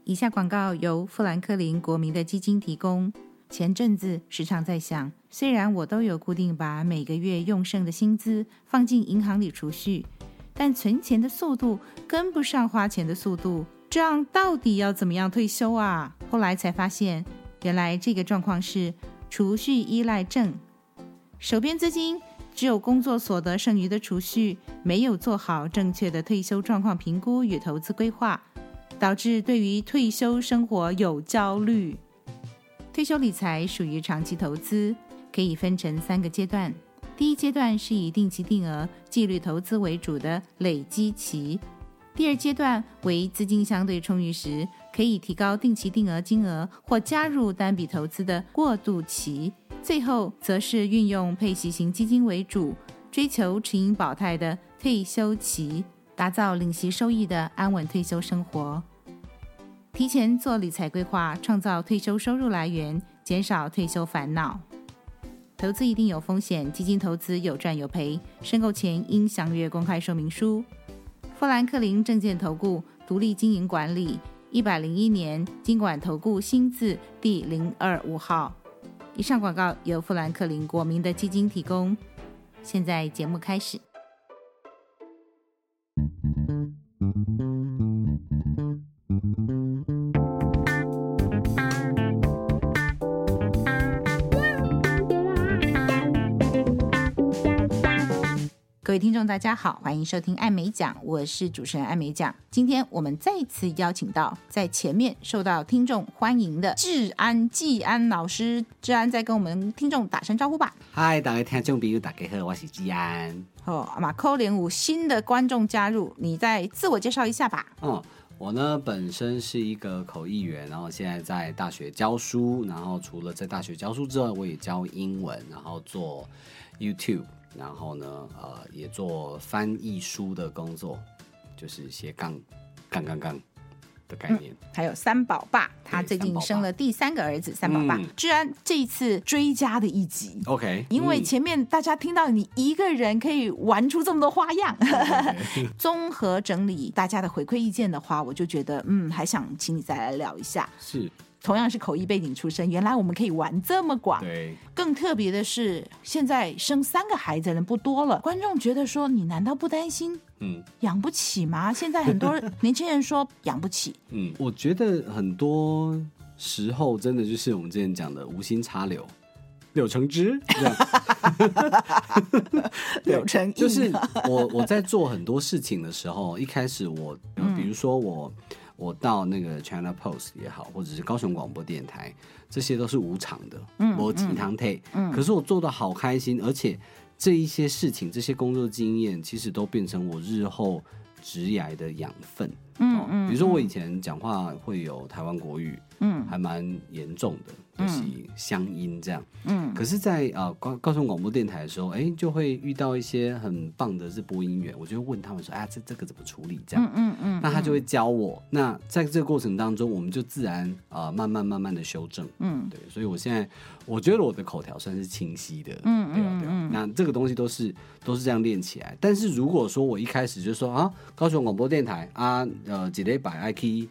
以下广告由富兰克林国民的基金提供。前阵子时常在想，虽然我都有固定把每个月用剩的薪资放进银行里储蓄，但存钱的速度跟不上花钱的速度，这样到底要怎么样退休啊？后来才发现，原来这个状况是储蓄依赖症。手边资金只有工作所得剩余的储蓄，没有做好正确的退休状况评估与投资规划，导致对于退休生活有焦虑。退休理财属于长期投资，可以分成3个阶段。第一阶段是以定期定额、纪律投资为主的累积期。第二阶段为资金相对充裕时，可以提高定期定额金额或加入单笔投资的过渡期。最后则是运用配息型基金为主，追求持盈保泰的退休期，打造领息收益的安稳退休生活。提前做理财规划，创造退休收入来源，减少退休烦恼。投资一定有风险，基金投资有赚有赔，申购前应详阅公开说明书。富兰克林证券投顾独立经营管理，101年金管投顾新字第025号。以上广告由富兰克林国民的基金提供。现在节目开始。各位听众大家好，欢迎收听艾美奖，我是主持人艾美奖。今天我们再次邀请到在前面受到听众欢迎的治安季安老师。治安再跟我们听众打声招呼吧。 嗨，大家听众朋友大家好，我是季安。 马扣连5新的观众加入，你再自我介绍一下吧。 我呢本身是一个口译员，然后现在在大学教书，然后除了在大学教书之外，我也教英文，然后做 YouTube， 然后呢也做翻译书的工作，就是斜杠的概念。 还有三宝爸，他最近生了第3个儿子，三宝爸。居然这一次追加的一集 ，OK， 因为前面大家听到你一个人可以玩出这么多花样，综合整理大家的回馈意见的话，我就觉得还想请你再来聊一下。 是。 同样是口译背景出身，原来我们可以玩这么广。 对， 更特别的是，现在生3个孩子的人不多了。观众觉得说，你难道不担心养不起吗？现在很多年轻人说养不起。 我觉得很多时候真的就是我们之前讲的无心插柳，柳成枝， 柳成荫。 就是我在做很多事情的时候，一开始比如说我到那个 China Post 也好，或者是高雄广播电台，这些都是无偿的，没钱通退。可是我做得好开心，而且这一些事情、这些工作经验，其实都变成我日后职涯的养分。比如说我以前讲话会有台湾国语，还蛮严重的，就是乡音这样。可是在高雄广播电台的时候，就会遇到一些很棒的播音员，我就会问他们说，这个怎么处理这样。那他就会教我。那在这个过程当中，我们就自然慢慢的修正。对，所以我觉得我的口条算是清晰的。对。那这个东西都是这样练起来。但是如果说我一开始就说高雄广播电台一礼拜要去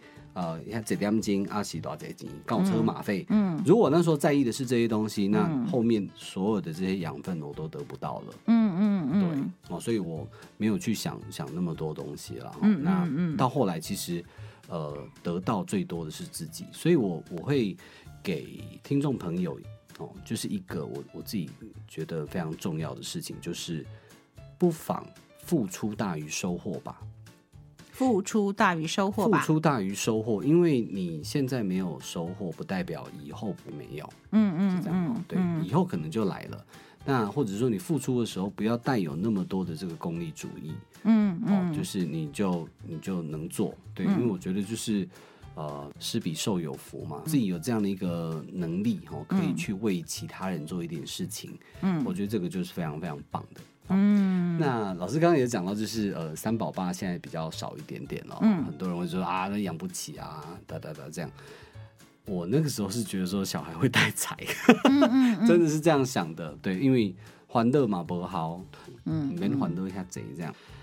1点钟是多少钱，告车马费。如果那时候在意的是这些东西，那后面所有的这些养分我都得不到了。对。所以我没有去想那么多东西了。那到后来其实得到最多的是自己，所以我会给听众朋友就是一个我自己觉得非常重要的事情，就是不妨付出大于收获吧。 付出大于收获吧。 付出大于收获，因为你现在没有收获，不代表以后没有。是这样。对，以后可能就来了。那或者说你付出的时候，不要带有那么多的这个功利主义。就是你就能做。对，因为我觉得就是施比受有福嘛，自己有这样的一个能力可以去为其他人做一点事情。我觉得这个就是非常非常棒的。那老师刚刚也讲到，就是三宝爸现在比较少一点点了。很多人会说那养不起这样。我那个时候是觉得说小孩会带财，真的是这样想的。对，因为欢乐嘛不好，免欢乐一下贼这样。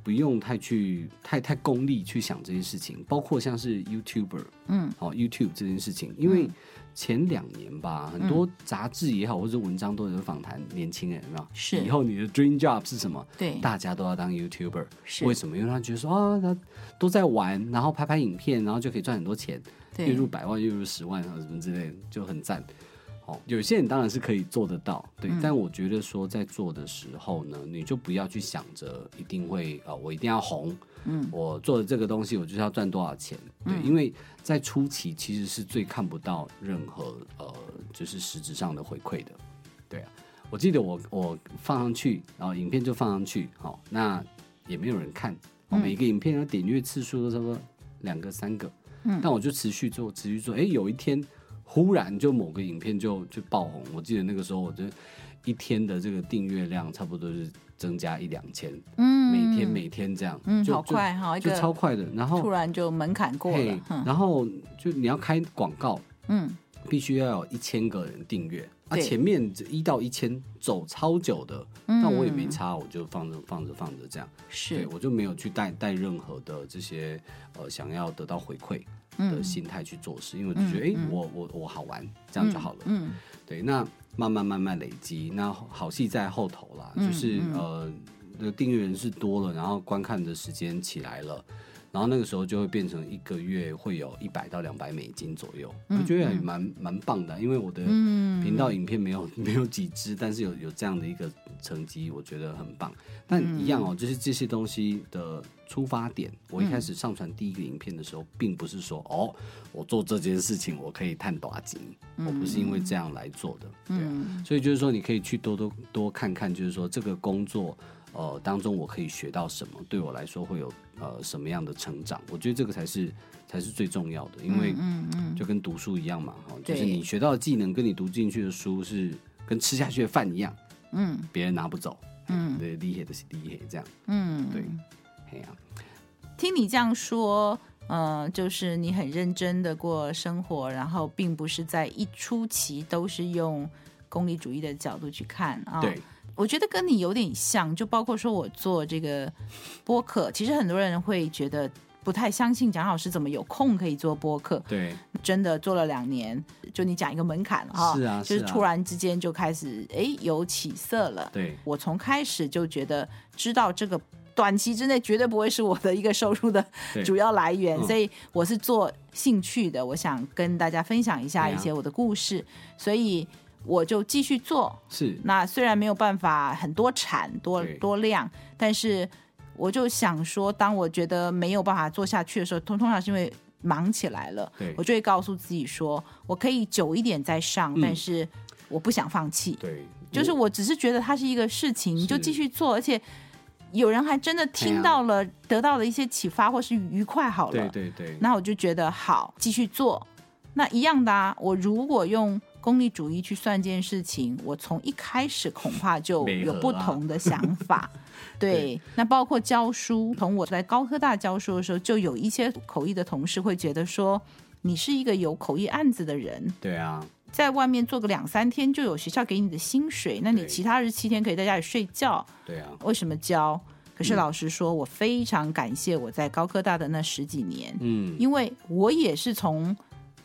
不用太功利去想这些事情，包括像是 YouTuber， YouTube 这件事情，因为前2年吧，很多杂志也好或者文章都有访谈年轻人，有没有？ 是以后你的 dream job 是什么？ 对， 大家都要当 YouTuber， 是为什么？因为他觉得说啊，他都在玩，然后拍影片，然后就可以赚很多钱，月入100万、月入10万什么之类的，就很赞。有些人当然是可以做得到，对，但我觉得说在做的时候呢，你就不要去想着一定会我一定要红，我做的这个东西我就是要赚多少钱，对，因为在初期其实是最看不到任何就是实质上的回馈的，对啊，我记得我放上去，然后影片就放上去，那也没有人看，每一个影片的点阅次数都差不多2个3个，但我就持续做，有一天。忽然就某个影片就爆红，我记得那个时候我就一天的这个订阅量差不多是增加1-2千，每天这样， 好快哈， 就超快的，然后突然就门槛过了， 然后就你要开广告，必须要有1000个人订阅，前面1到1000走超久的，但我也没差，我就放着这样，对，我就没有去带任何的这些想要得到回馈的心态去做事，因为我就觉得我好玩，这样就好了。对，那慢慢累积，那好戏在后头啦，就是订阅人士多了，然后观看的时间起来了，然后那个时候就会变成1个月会有$100到$200左右，我觉得也蛮棒的，因为我的频道影片没有几支，但是有这样的一个成绩，我觉得很棒。但一样就是这些东西的出发点，我一开始上传第一个影片的时候，并不是说我做这件事情我可以赚大钱，我不是因为这样来做的，对啊，所以就是说你可以去多看看，就是说这个工作当中我可以学到什么，对我来说会有什么样的成长，我觉得这个才是最重要的，因为就跟读书一样嘛，就是你学到的技能跟你读进去的书是跟吃下去的饭一样，别人拿不走，对，厉害的是厉害，这样，对， 听你这样说，就是你很认真的过生活，然后并不是在一初期都是用功利主义的角度去看啊。 对， 我觉得跟你有点像，就包括说我做这个播客，其实很多人会觉得不太相信蒋老师怎么有空可以做播客。 对， 真的做了2年，就你讲一个门槛是啊， 就是突然之间就开始有起色了。 对， 我从开始就觉得知道这个短期之内绝对不会是我的一个收入的主要来源，所以我是做兴趣的，我想跟大家分享一下一些我的故事，所以我就继续做。 是， 那虽然没有办法很多产多量，但是我就想说，当我觉得没有办法做下去的时候，通常是因为忙起来了，我就会告诉自己说，我可以久一点再上，但是我不想放弃。 对， 就是我只是觉得它是一个事情，你就继续做，而且有人还真的听到了，得到了一些启发或是愉快好了。 对， 那我就觉得好，继续做。那一样的啊，我如果用功利主义去算这件事情，我从一开始恐怕就有不同的想法。对，那包括教书，从我在高科大教书的时候，就有一些口译的同事会觉得说，你是一个有口译案子的人。 对啊， 在外面做个2-3天就有学校给你的薪水，那你其他7天可以在家里睡觉。 对啊， 为什么教？可是老实说，我非常感谢我在高科大的那10几年，因为我也是从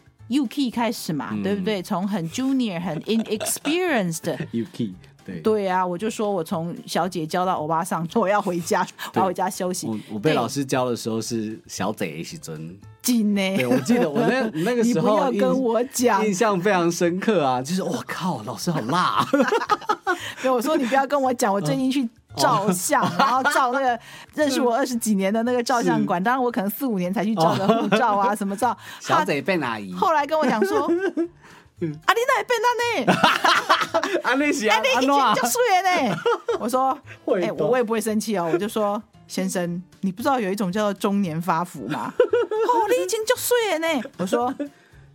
UK 开始嘛，对不对？从很 junior 很 inexperienced UK， 对啊，我就说我从小姐教到欧巴桑，说我要回家，我要回家休息。 我被老师教的时候是小贼时阵， 真的， 对，我记得我那个时候你不要跟我讲， 印象非常深刻啊，就是我靠，老师好辣。 对，我说你不要跟我讲，我最近去照相，然后照那个认识我20几年的那个照相馆，当然我可能4-5年才去照的护照啊，什么照。 小贼变阿姨， 后来跟我讲说，啊，你哪会变那呢？ 啊，你是啊，你已经叫素颜呢。我说，我也不会生气哦，我就说，先生，你不知道有一种叫做中年发福吗？哦，你已经叫素颜呢。我说，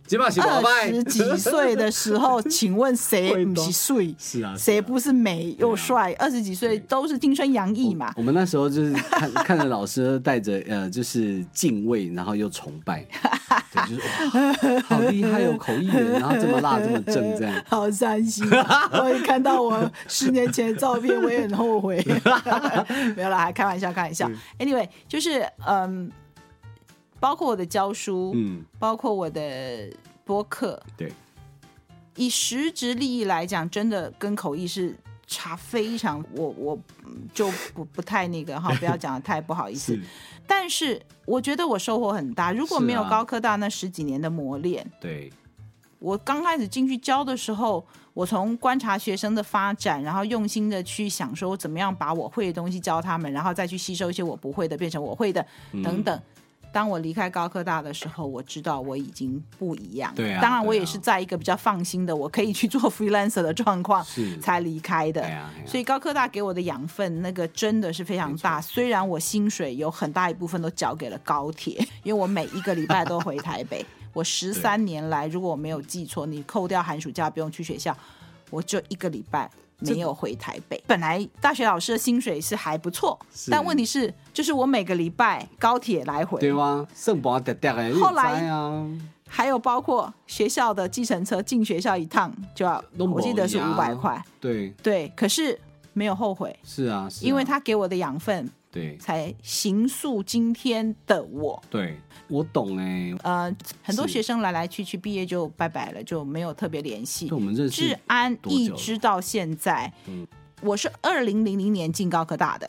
20几岁的时候，请问谁不是帅？ 是啊， 谁不是美又帅？20几岁都是青春洋溢嘛。 我们那时候就是看着老师带着就是敬畏，然后又崇拜，对，就是好厉害有口译员，然后这么辣这么正，这样好伤心。我一看到我10年前的照片，我也很后悔。没有啦，还开玩笑。Anyway， 就是包括我的教书，包括我的播客， 对， 以实质利益来讲，真的跟口译是差非常，我就不太那个哈，不要讲的太不好意思。但是我觉得我收获很大，如果没有高科大那10几年的磨练， 对， 我刚开始进去教的时候，我从观察学生的发展，然后用心的去想说怎么样把我会的东西教他们，然后再去吸收一些我不会的变成我会的等等。当我离开高科大的时候，我知道我已经不一样。 对啊， 当然我也是在一个比较放心的，我可以去做 freelancer 的状况才离开的。所以高科大给我的养分那个真的是非常大。虽然我薪水有很大一部分都交给了高铁，因为我每一个礼拜都回台北。我13年来，如果我没有记错，你扣掉寒暑假不用去学校，我就1个礼拜没有回台北。本来大学老师的薪水是还不错，但问题是就是我每个礼拜高铁来回， 对吗？剩半点点的。后来还有包括学校的计程车进学校一趟就要，我记得是500块。对，可是没有后悔。是啊，因为他给我的养分，对，才形塑今天的我。 对，我懂很多学生来来去毕业就拜拜了，就没有特别联系。 我们认识志安一直到现在，我是2000年进高科大的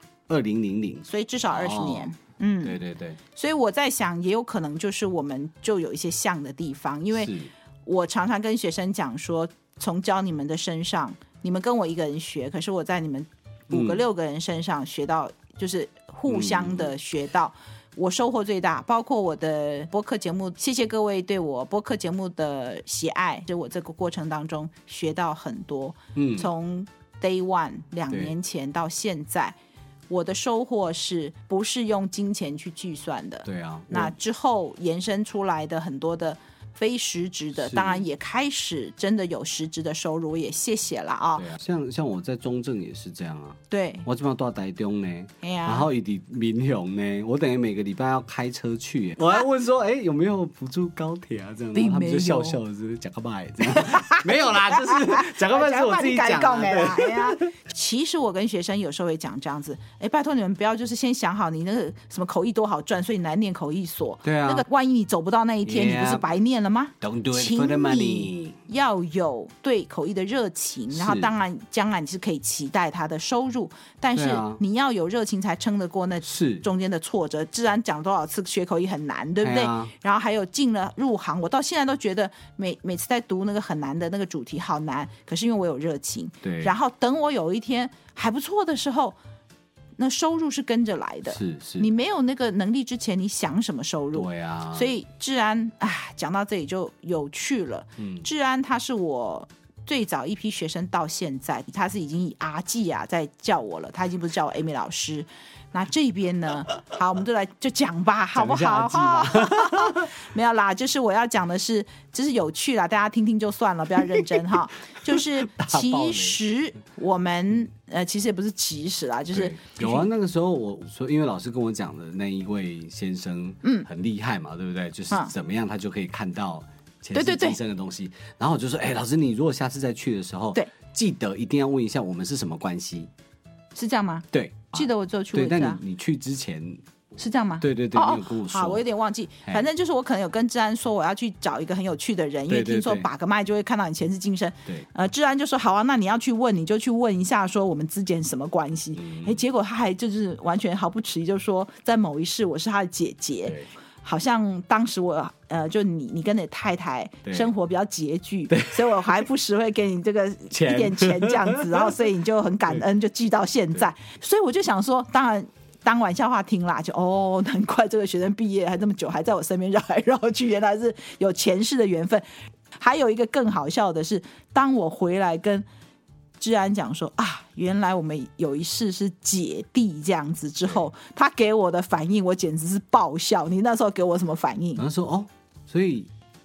，2000，所以至少20年。 对， 所以我在想，也有可能就是我们就有一些像的地方，因为我常常跟学生讲说，从教你们的身上，你们跟我一个人学，可是我在你们5个6个人身上学到，就是互相的学到。我收获最大，包括我的播客节目，谢谢各位对我播客节目的喜爱，就我这个过程当中学到很多。从 Day One 2年前到现在，我的收获是不是用金钱去计算的？ 对啊， 那之后延伸出来的很多的非实质的，当然也开始真的有实质的收入，我也谢谢了啊。 对啊，像我在中正也是这样啊。 对， 我基本上都在台中呢，然后以及民雄呢，我等于每个礼拜要开车去，我还问说，有没有补助高铁啊？这样，然后他们就笑笑的，就是讲个拜这样，没有啦，就是讲个拜是我自己讲的。 其实我跟学生有时候会讲这样子，拜托你们不要就是先想好你那个什么口译多好赚，所以你来念口译所。 对啊， 那个万一你走不到那一天，你不是白念了吗？ Don't do it for the money。 要有对口译的热情，然后当然将来你是可以期待他的收入，但是你要有热情才撑得过那中间的挫折。自然讲多少次学口译很难，对不对？然后还有进了入行，我到现在都觉得每次在读那个很难的那个主题好难，可是因为我有热情，对，然后等我有一天还不错的时候，那收入是跟着来的。是你没有那个能力之前，你想什么收入？ 对啊。 所以志安讲到这里就有趣了。志安他是我最早一批学生到现在，他是已经以阿季在叫我了，他已经不是叫我 Amy 老师。那这边呢，好，我们就讲吧，好不好？没有啦，就是我要讲的是，就是有趣啦，大家听听就算了，不要认真哈。就是其实我们其实也不是其实啦，就是有啊。那个时候我说，因为老师跟我讲的那一位先生，很厉害嘛，对不对？就是怎么样他就可以看到前世今生的东西。然后我就说，老师，你如果下次再去的时候，记得一定要问一下我们是什么关系。 是这样吗？ 对， 记得我就去问一下。 对，但你去之前是这样吗？ 对，你有跟我说。 好，我有点忘记。反正就是我可能有跟志安说我要去找一个很有趣的人，因为听说把个脉就会看到你前世今生。对，志安就说好啊，那你要去问，你就去问一下，说我们之间什么关系？结果他还就是完全毫不迟疑，就说在某一世我是他的姐姐。好像当时我就你跟你太太生活比较拮据，所以我还不时会给你这个一点钱这样子，然后所以你就很感恩，就记到现在。所以我就想说，当然当玩笑话听啦，就难怪这个学生毕业还这么久还在我身边绕来绕去，原来是有前世的缘分。还有一个更好笑的是，当我回来跟志安讲说原来我们有一世是姐弟这样子之后，他给我的反应我简直是爆笑。你那时候给我什么反应？ 然后说所以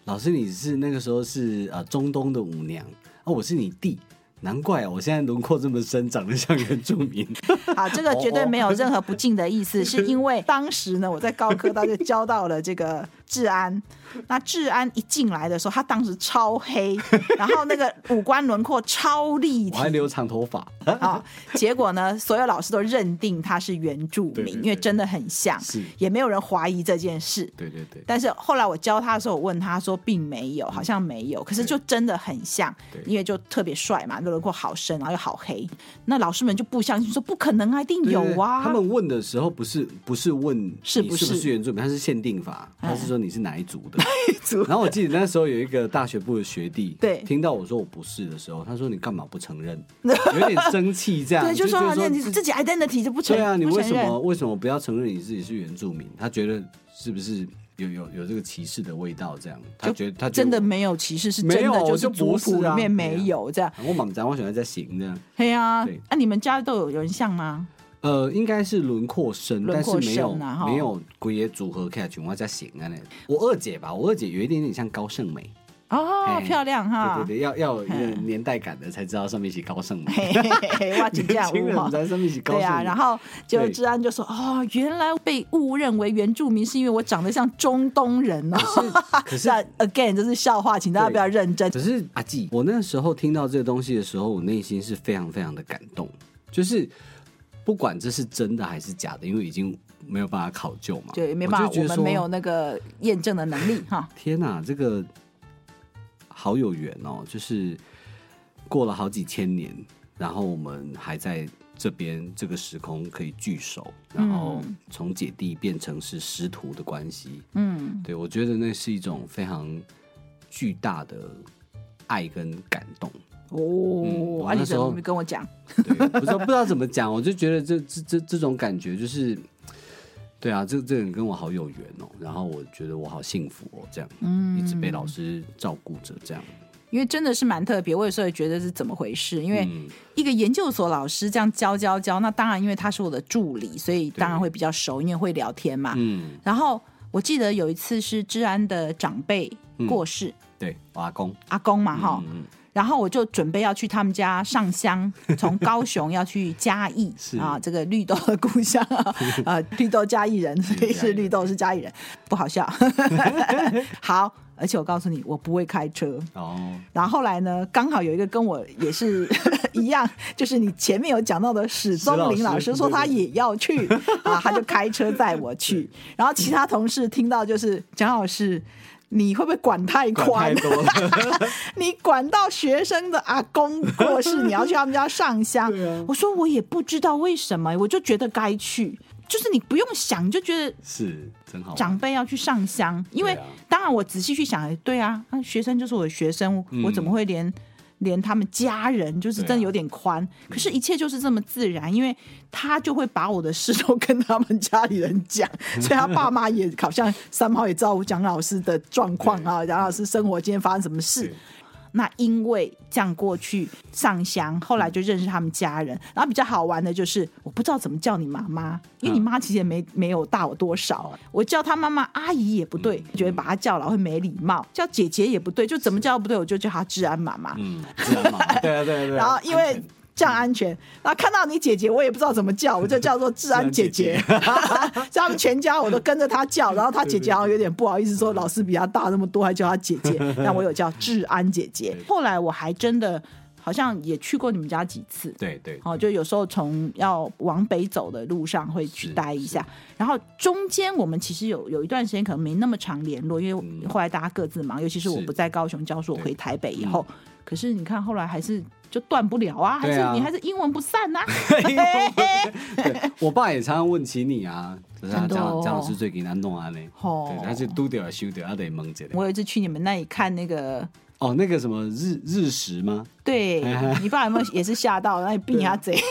老师你是那个时候是中东的舞娘我是你弟，难怪我现在轮廓这么深，长得像原住民。 好，这个绝对没有任何不敬的意思，是因为当时呢，我在高科大就教到了这个治安。那治安一进来的时候，他当时超黑，然后那个五官轮廓超立体， 我还留长头发结果呢，所有老师都认定他是原住民，对对对，因为真的很像，也没有人怀疑这件事。 对对对。 但是后来我教他的时候，我问他说，并没有，好像没有，可是就真的很像，因为就特别帅嘛，轮廓好深，然后又好黑。那老师们就不相信，说不可能啊，一定有啊。 他们问的时候不是问你是不是原住民，他是限定法，他是说你是哪一族的。然后我记得那时候有一个大学部的学弟，对，听到我说我不是的时候，他说你干嘛不承认？有点生气这样。 对，就说你自己 identity 就不承认。 对啊，你为什么不要承认你自己是原住民？他觉得是不是有这个歧视的味道？这样，他觉得真的没有歧视，是真的就是族谱里面没有这样。 我蛮我喜欢在行这样。 对啊，你们家都有人像吗？ 应该是轮廓深，但是没有规个组合起来全部在行啊。我二姐有一点点像高胜美。 漂亮哈！ 对对对，要有一个年代感的才知道上面写高胜美。 哇，真这样哈！在上面写高胜美。 对啊，然后就治安就说原来被误认为原住民是因为我长得像中东人可是 again 这是笑话，请大家不要认真。 可是阿纪，我那时候听到这个东西的时候，我内心是非常非常的感动，就是不管这是真的还是假的，因为已经没有办法考究嘛， 对，没办法，我们没有那个验证的能力哈。 天哪，这个好有缘就是过了好几千年，然后我们还在这边这个时空可以聚首，然后从姐弟变成是师徒的关系。对，我觉得那是一种非常巨大的爱跟感动。 你怎么没跟我讲？ 对，不知道怎么讲，我就觉得这种感觉就是，对啊，这个人跟我好有缘然后我觉得我好幸福这样，一直被老师照顾着这样。 因为真的是蛮特别，我有时候也觉得是怎么回事，因为一个研究所老师这样教，那当然因为他是我的助理，所以当然会比较熟，因为会聊天嘛。然后我记得有一次是治安的长辈过世， 对，阿公嘛然后我就准备要去他们家上香，从高雄要去嘉义这个绿豆的故乡绿豆嘉义人，所以是绿豆是嘉义人，不好笑。好，而且我告诉你，我不会开车然后后来呢，刚好有一个跟我也是一样，就是你前面有讲到的史宗林老师说他也要去他就开车载我去，然后其他同事听到就是蒋老师，你会不会管太宽？你管到学生的阿公过世，你要去他们家上香。我说我也不知道为什么，我就觉得该去，就是你不用想，你就觉得是真好。 长辈要去上香，因为当然我仔细去想，对啊，学生就是我的学生，我怎么会连他们家人就是真的有点宽，可是一切就是这么自然，因为他就会把我的事都跟他们家里人讲，所以他爸妈也好像3号也知道蒋老师的状况蒋老师生活今天发生什么事。那因为这样过去上香，后来就认识他们家人，然后比较好玩的就是我不知道怎么叫你妈妈，因为你妈其实也没有大我多少，我叫她妈妈阿姨也不对，觉得把她叫老会没礼貌，叫姐姐也不对，就怎么叫不对我就叫她治安妈妈。 治安妈妈，对。 然后因为这样安全，然后看到你姐姐我也不知道怎么叫，我就叫做治安姐姐。他们全家我都跟着她叫，然后她姐姐好像有点不好意思说老师比她大那么多还叫她姐姐，但我有叫治安姐姐。后来我还真的好像也去过你们家几次， 对， 就有时候从要往北走的路上会去待一下，然后中间我们其实有一段时间可能没那么常联络，因为后来大家各自忙，尤其是我不在高雄教书，我回台北以后，可是你看后来还是就断不了啊，你还是英文不散啊。 对，我爸也常常问起你啊，就是他蒋老师最近安弄安呢，对，他是拄到修到，他得蒙着。 我有一次去你们那里看那个。 那个什么日食吗？ 对，你爸有没有也是吓到，然后闭他嘴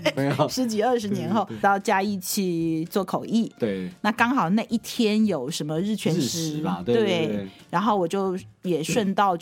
？10几20年后到嘉义去做口译， 对， 那刚好那一天有什么日全食吧， 对，然后我就也顺道就到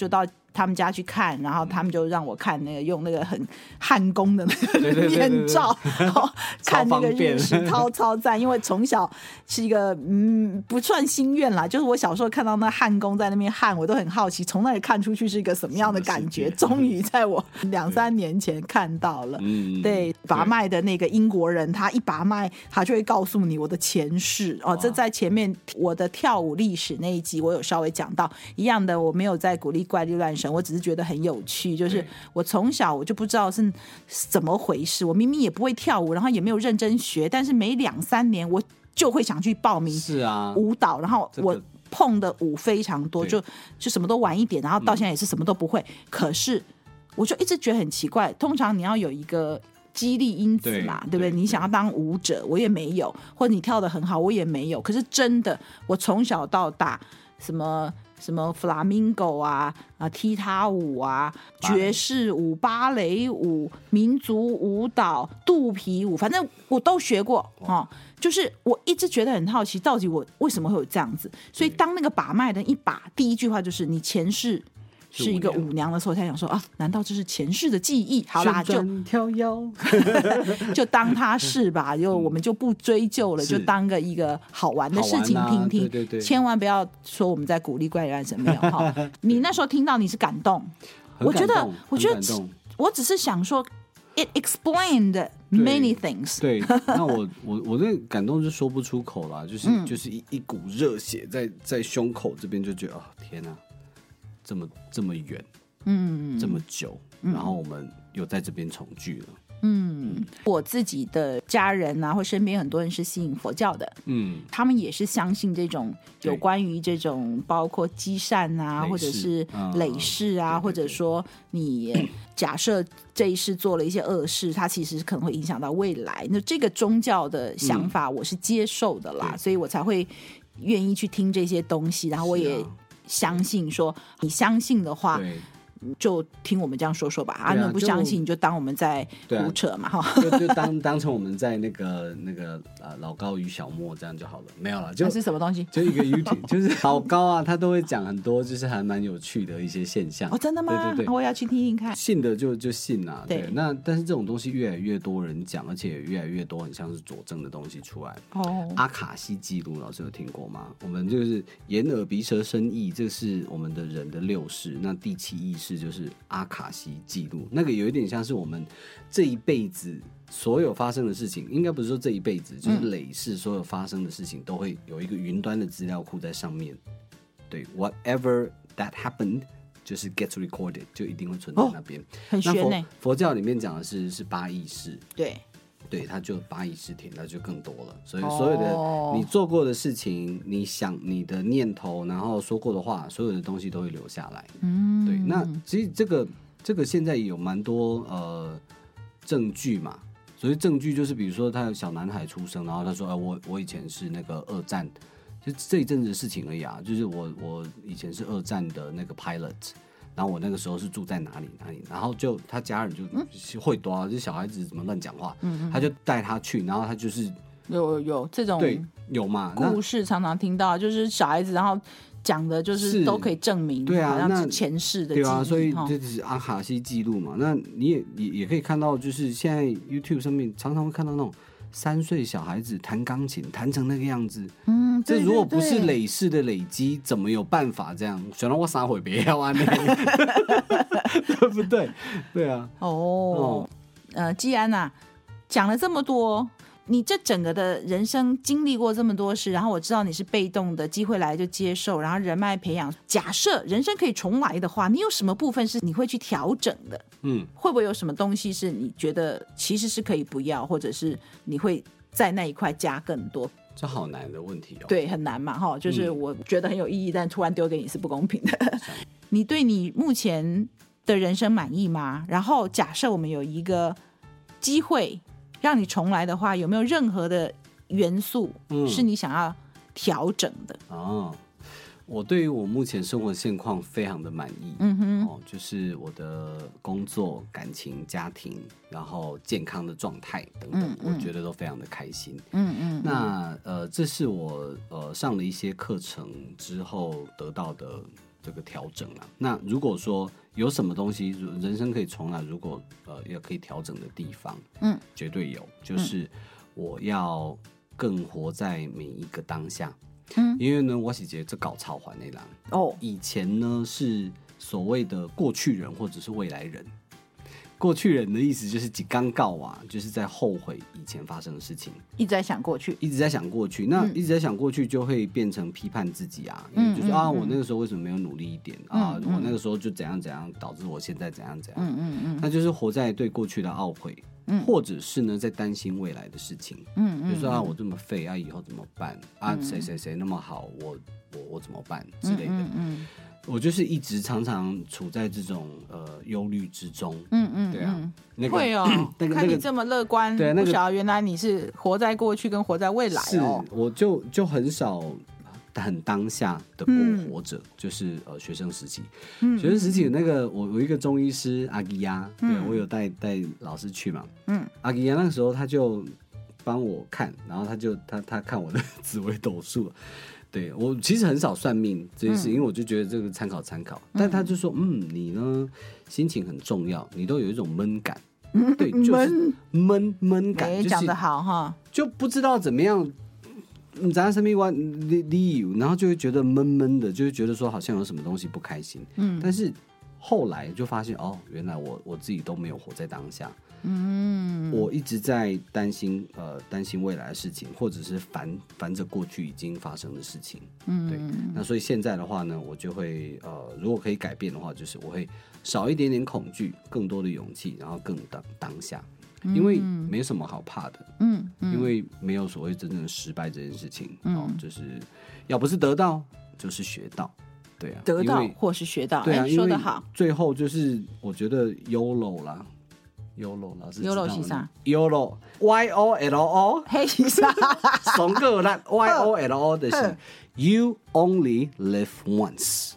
他们家去看，然后他们就让我看那个用那个很汉宫的那个面罩，看那个日食超赞。因为从小是一个不算心愿啦，就是我小时候看到那汉宫在那边汉，我都很好奇从那里看出去是一个什么样的感觉。终于在我2-3年前看到了。对，把脉的那个英国人，他一把脉，他就会告诉你我的前世哦。这在前面我的跳舞历史那一集我有稍微讲到一样的，我没有在鼓励怪力乱神，我只是觉得很有趣，就是我从小我就不知道是怎么回事，我明明也不会跳舞，然后也没有认真学，但是每2-3年我就会想去报名舞蹈，然后我碰的舞非常多，就什么都玩一点，然后到现在也是什么都不会。可是我就一直觉得很奇怪，通常你要有一个激励因子嘛， 对不对？你想要当舞者，我也没有，或者你跳得很好，我也没有。可是真的，我从小到大什么弗拉明戈啊、踢踏舞啊、爵士舞、芭蕾舞、民族舞蹈、肚皮舞，反正我都学过哦。就是我一直觉得很好奇，到底我为什么会有这样子？所以当那个把脉的第一句话就是你前世是一个舞娘的时候，才想说啊，难道这是前世的记忆？好啦，就跳腰就当它是吧，我们就不追究了，就当一个好玩的事情听听， 对对对， 千万不要说我们在鼓励怪力乱神，没有哈。你那时候听到你是感动，我觉得我只是想说 ，it explained many things。 对，那我那感动就说不出口啦，就是一股热血在胸口这边，就觉得啊，天哪！这么远，这么久，然后我们又在这边重聚了。 我自己的家人啊，或身边很多人是信佛教的，他们也是相信这种有关于这种包括积善啊，或者是累世啊，或者说你假设这一世做了一些恶事，它其实可能会影响到未来。那这个宗教的想法我是接受的啦，所以我才会愿意去听这些东西，然后我也相信说，你相信的话，就听我们这样说说吧。啊，那不相信你就当我们在胡扯嘛，哈， 就当成我们在那个老高与小莫这样就好了。没有了， 那是什么东西？ 就一个 YouTube， 就是老高啊，他都会讲很多，就是还蛮有趣的一些现象。 哦，真的吗？对，我也要去听听看。 信的就信啊，对。那但是这种东西越来越多人讲，而且越来越多很像是佐证的东西出来。阿卡西记录，老师有听过吗？我们就是眼耳鼻舌身意，这是我们的人的6识，那第7意识就是阿卡西记录，那个有一点像是我们这一辈子所有发生的事情，应该不是说这一辈子，就是累世所有发生的事情都会有一个云端的资料库在上面。对 ，whatever that happened， 就是 gets recorded， 就一定会存在那边。 很玄欸。 佛教里面讲的是8意识。 对， 它就8意识田，那就更多了。所以所有的你做过的事情，你想你的念头，然后说过的话，所有的东西都会留下来。对。那其实这个现在有蛮多证据嘛。所以证据就是比如说他有小男孩出生，然后他说我以前是那个2战，就这一阵子的事情而已啊。就是我以前是2战的那个 pilot。然后我那个时候是住在哪里，然后就他家人就会多，就小孩子怎么乱讲话，他就带他去，然后他就是有这种对有嘛故事常常听到，就是小孩子然后讲的就是都可以证明， 对啊， 好像是前世的记忆， 对啊，所以这是阿卡西记录嘛。那你也可以看到，就是现在 YouTube 上面常常会看到那种3岁小孩子弹钢琴弹成那个样子，这如果不是累世的累积，怎么有办法这样？选到我3回别要啊，对不对？对啊。 季安啊，讲了这么多，你这整个的人生经历过这么多事，然后我知道你是被动的，机会来就接受，然后人脉培养。假设人生可以重来的话，你有什么部分是你会去调整的？会不会有什么东西是你觉得其实是可以不要，或者是你会在那一块加更多？ 这好难的问题哦。 对，很难嘛，就是我觉得很有意义，但突然丢给你是不公平的。你对你目前的人生满意吗？然后假设我们有一个机会让你重来的话，有没有任何的元素是你想要调整的？ 我对于我目前生活现况非常的满意，就是我的工作、感情、家庭，然后健康的状态等等，我觉得都非常的开心。那这是我上了一些课程之后得到的这个调整啦。那如果说有什么东西人生可以重来，如果也可以调整的地方，绝对有，就是我要更活在每一个当下。因为呢，我是觉得这搞超环那栏以前呢是所谓的过去人或者是未来人。过去人的意思就是几刚告啊，就是在后悔以前发生的事情， 一直在想过去， 一直在想过去。那一直在想过去，就会变成批判自己啊，就是我那个时候为什么没有努力一点啊？我那个时候就怎样怎样，导致我现在怎样怎样。那就是活在对过去的懊悔，或者是呢在担心未来的事情。比如说我这么废啊，以后怎么办啊？谁谁谁那么好，我怎么办之类的。我就是一直常常处在这种忧虑之中。对啊， 会看你这么乐观，对，不晓得原来你是活在过去跟活在未来是，我就很少很当下的过活着，就是学生时期。学生时期那个我一个中医师阿吉亚，对我有带老师去嘛。阿吉亚那个时候他就帮我看，然后他看我的紫微斗数。对，我其实很少算命这件事，因为我就觉得这个参考，但他就说，你呢心情很重要，你都有一种闷感，对，就是闷感， 讲得好哈， 就不知道怎么样，咱在生命观理由，然后就会觉得闷闷的，就会觉得说好像有什么东西不开心，但是后来就发现原来我自己都没有活在当下。我一直在担心未来的事情，或者是烦着过去已经发生的事情。对，那所以现在的话呢，我就会如果可以改变的话，就是我会少一点点恐惧，更多的勇气，然后更当下，因为没什么好怕的。因为没有所谓真正的失败这件事情。就是要不是得到，就是学到。对啊， 得到或是学到。 对啊， 说得好。 最后就是我觉得 YOLO 啦。YOLO 老师知道吗？ YOLO 是啥？ YOLO YOLO 嘿是啥？ 上个咱 YOLO 就是 You only live once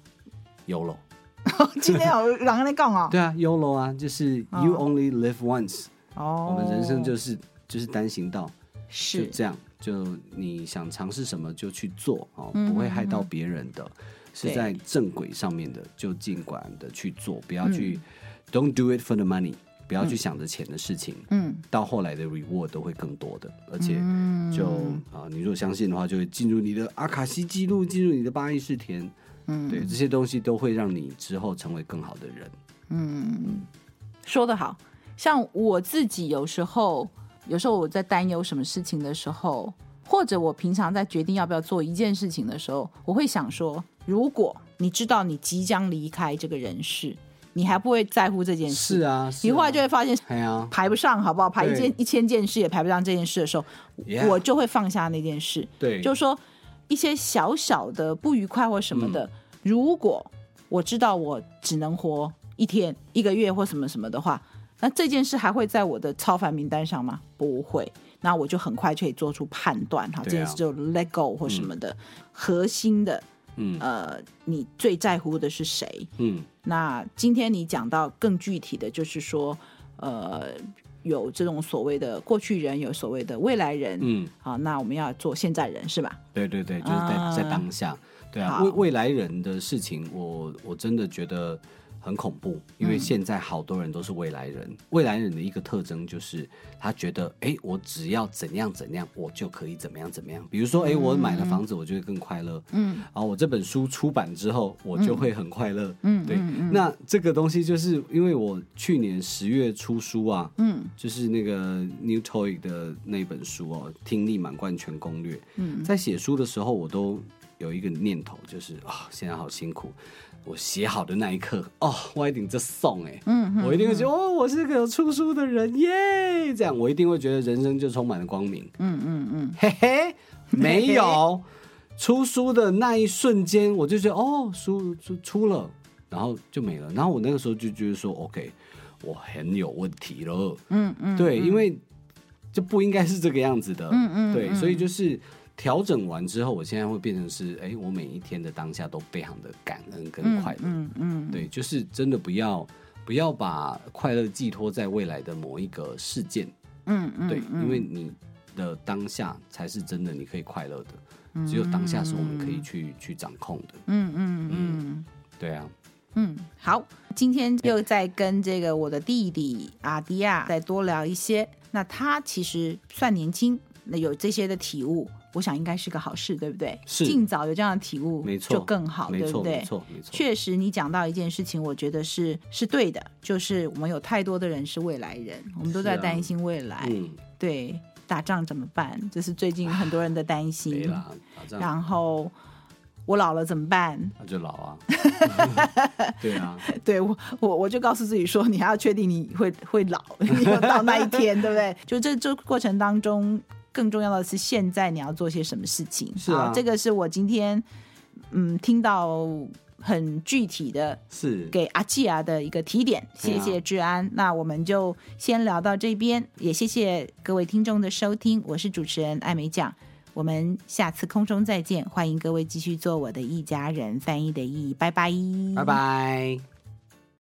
YOLO 今天有人跟你讲哦。 对啊 YOLO 啊，就是 You only live once。我们人生就是单行道，就这样，就你想尝试什么就去做不会害到别人的，是在正轨上面的就尽管的去做，不要去Don't do it for the money，不要去想着钱的事情。到后来的 reward 都会更多的，而且你如果相信的话，就会进入你的阿卡西记录，进入你的八意识田。对，这些东西都会让你之后成为更好的人。 说得好。像我自己有时候我在担忧什么事情的时候，或者我平常在决定要不要做一件事情的时候，我会想说，如果你知道你即将离开这个人世，你还不会在乎这件事。 是啊， 你后来就会发现排不上，好不好？排1000件事也排不上这件事的时候，我就会放下那件事。 对， 就是说一些小小的不愉快或什么的，如果我知道我只能活1天、1个月或什么什么的话，那这件事还会在我的超凡名单上吗？不会。那我就很快就可以做出判断，这件事就 let go 或什么的。核心的你最在乎的是谁？那今天你讲到更具体的，就是说有这种所谓的过去人，有所谓的未来人。好，那我们要做现在人是吧？ 对对对，就是在当下。对啊，未来人的事情我真的觉得很恐怖，因为现在好多人都是未来人。未来人的一个特征就是他觉得我只要怎样怎样我就可以怎么样怎么样。比如说我买了房子我就会更快乐，然后我这本书出版之后我就会很快乐。对，那这个东西就是因为我去年10月出书啊，就是那个 New Toy 的那本书听力满贯全攻略。在写书的时候我都有一个念头，就是现在好辛苦，我写好的那一刻我一定这送我一定会觉得我是个有出书的人耶，这样我一定会觉得人生就充满了光明。嘿嘿，没有出书的那一瞬间我就觉得书出了，然后就没了，然后我那个时候就觉得说 OK 我很有问题了。对，因为就不应该是这个样子的。对，所以就是调整完之后，我现在会变成是，我每一天的当下都非常的感恩跟快乐。对，就是真的不要把快乐寄托在未来的某一个事件。对，因为你的当下才是真的你可以快乐的，只有当下是我们可以去掌控的。 对啊， 好，今天又再跟这个我的弟弟阿迪亚再多聊一些。那他其实算年轻，那有这些的体悟，我想应该是个好事，对不对？ 是， 尽早有这样的体悟， 没错， 就更好，对不对？ 没错，没错。 确实，你讲到一件事情，我觉得是对的，就是我们有太多的人是未来人，我们都在担心未来。对，打仗怎么办？这是最近很多人的担心。 对啦，打仗。 然后我老了怎么办？ 那就老啊。对啊， 对我就告诉自己说，你还要确定你会老，你有到那一天，对不对？就这过程当中，更重要的是现在你要做些什么事情。 是啊， 这个是我今天听到很具体的，是给阿季亚的一个提点。谢谢志安，那我们就先聊到这边，也谢谢各位听众的收听，我是主持人艾美奖。我们下次空中再见，欢迎各位继续做我的一家人，翻译的译，拜拜， 拜拜。